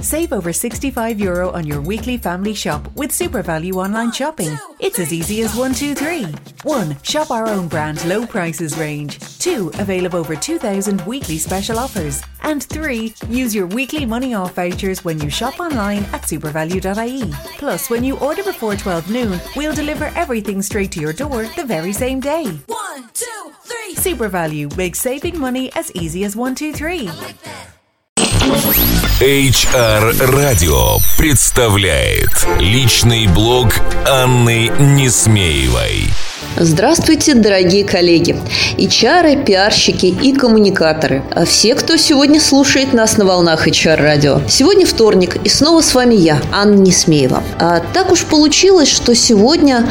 Save over €65 on your weekly family shop with SuperValue online shopping. It's as easy as 1, 2, 3. 1. Shop our own brand low prices range. 2. Avail of over 2,000 weekly special offers. And 3. Use your weekly money off vouchers when you shop online at supervalue.ie. Plus, when you order before 12 noon, we'll deliver everything straight to your door the very same day. 1, 2, 3. SuperValue makes saving money as easy as 1, 2, 3. HR Radio представляет личный блог Анны Несмеевой. Здравствуйте, дорогие коллеги, HR, пиарщики и коммуникаторы. Все, кто сегодня слушает нас на волнах HR-радио. Сегодня вторник, и снова с вами я, Анна Несмеева. Так уж получилось, что сегодня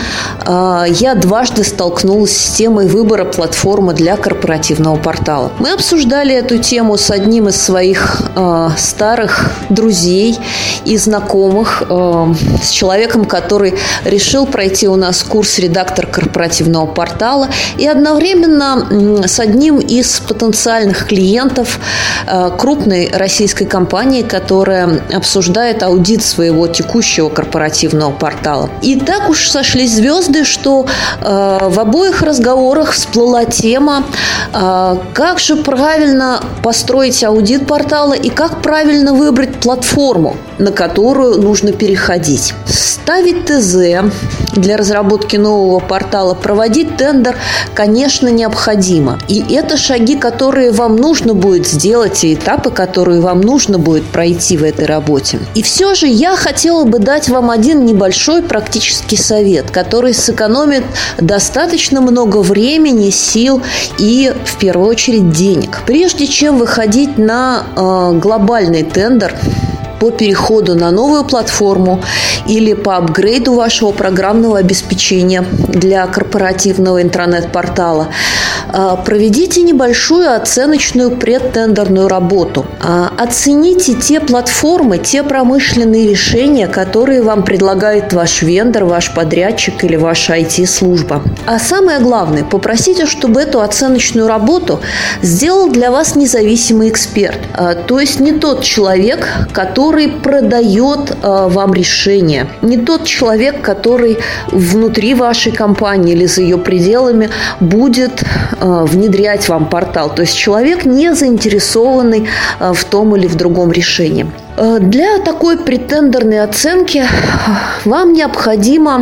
я дважды столкнулась с темой выбора платформы для корпоративного портала. Мы обсуждали эту тему с одним из своих старых друзей и знакомых, с человеком, который решил пройти у нас курс «Редактор корпоративного портала», и одновременно с одним из потенциальных клиентов крупной российской компании, которая обсуждает аудит своего текущего корпоративного портала. И так уж сошлись звезды, что в обоих разговорах всплыла тема, как же правильно построить аудит портала и как правильно выбрать платформу, на которую нужно переходить. Ставить ТЗ для разработки нового портала, проводить тендер, конечно, необходимо. И это шаги, которые вам нужно будет сделать, и этапы, которые вам нужно будет пройти в этой работе. И все же я хотела бы дать вам один небольшой практический совет, который сэкономит достаточно много времени, сил и, в первую очередь, денег. Прежде чем выходить на глобальный тендер по переходу на новую платформу или по апгрейду вашего программного обеспечения для корпоративного интернет-портала, проведите небольшую оценочную предтендерную работу. Оцените те платформы, те промышленные решения, которые вам предлагает ваш вендор, ваш подрядчик или ваша IT-служба. А самое главное, попросите, чтобы эту оценочную работу сделал для вас независимый эксперт. То есть не тот человек, который продает вам решение, не тот человек, который внутри вашей компании или за ее пределами будет внедрять вам портал. То есть человек, не заинтересованный в том или в другом решении. Для такой предтендерной оценки вам необходимо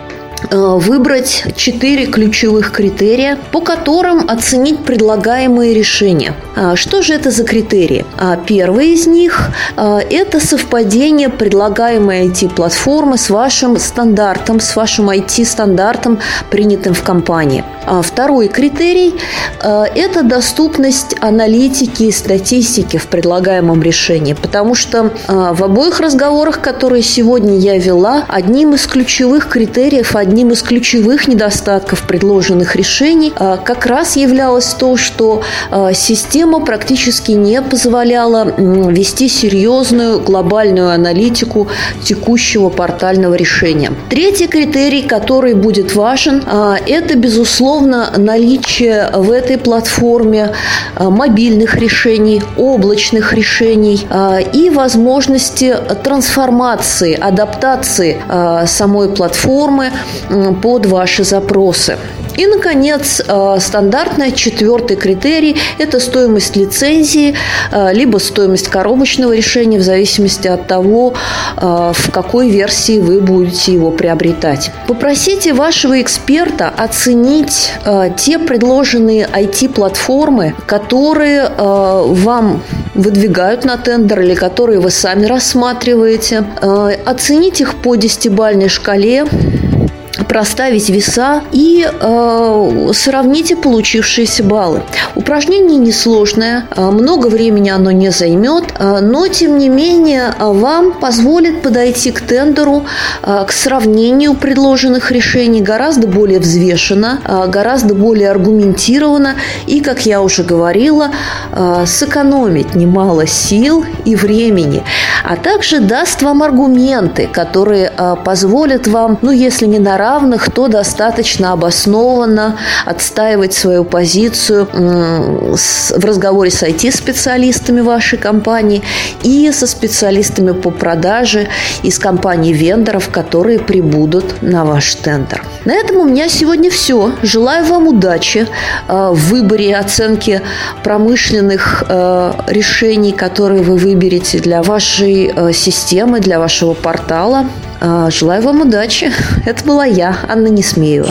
выбрать 4 ключевых критерия, по которым оценить предлагаемые решения. Что же это за критерии? Первый из них – это совпадение предлагаемой IT-платформы с вашим стандартом, с вашим IT-стандартом, принятым в компании. Второй критерий – это доступность аналитики и статистики в предлагаемом решении, потому что в обоих разговорах, которые сегодня я вела, одним из ключевых критериев, одним из ключевых недостатков предложенных решений как раз являлось то, что система практически не позволяла вести серьезную глобальную аналитику текущего портального решения. Третий критерий, который будет важен, это, безусловно, наличие в этой платформе мобильных решений, облачных решений и возможности трансформации, адаптации самой платформы под ваши запросы. И, наконец, стандартный 4-й критерий – это стоимость лицензии, либо стоимость коробочного решения, в зависимости от того, в какой версии вы будете его приобретать. Попросите вашего эксперта оценить те предложенные IT-платформы, которые вам выдвигают на тендер или которые вы сами рассматриваете. Оценить их по 10-бальной шкале, проставить веса и сравните получившиеся баллы. Упражнение несложное, много времени оно не займет, но, тем не менее, вам позволит подойти к тендеру, к сравнению предложенных решений гораздо более взвешенно, гораздо более аргументированно и, как я уже говорила, сэкономить немало сил и времени, а также даст вам аргументы, которые позволят вам, если не на равных, равных, то достаточно обоснованно отстаивать свою позицию в разговоре с IT-специалистами вашей компании и со специалистами по продаже из компаний-вендоров, которые прибудут на ваш тендер. На этом у меня сегодня все. Желаю вам удачи в выборе и оценке промышленных решений, которые вы выберете для вашей системы, для вашего портала. Желаю вам удачи. Это была я, Анна Несмеева.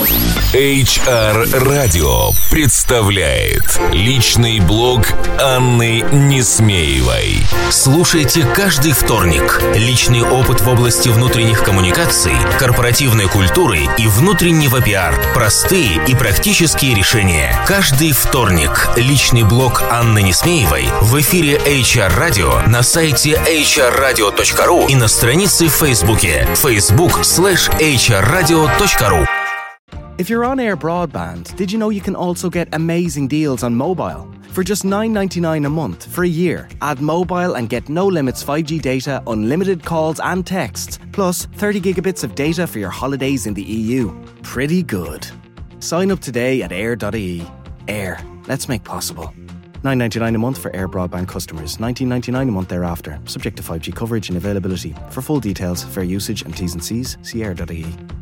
HR Radio представляет личный блог Анны Несмеевой. Слушайте каждый вторник. Личный опыт в области внутренних коммуникаций, корпоративной культуры и внутреннего пиар. Простые и практические решения. Каждый вторник. Личный блог Анны Несмеевой в эфире HR Radio на сайте hrradio.ru и на странице в Фейсбуке facebook.com/hrradio.ru. If you're on air broadband, did you know you can also get amazing deals on mobile? For just $9.99 a month for a year, add mobile and get no limits 5G data, unlimited calls and texts, plus 30 gigabits of data for your holidays in the EU. Pretty good. Sign up today at air.ie. Air. Let's make possible. $9.99 a month for air broadband customers. $19.99 a month thereafter. Subject to 5G coverage and availability. For full details, fair usage and T's and C's, see air.ie.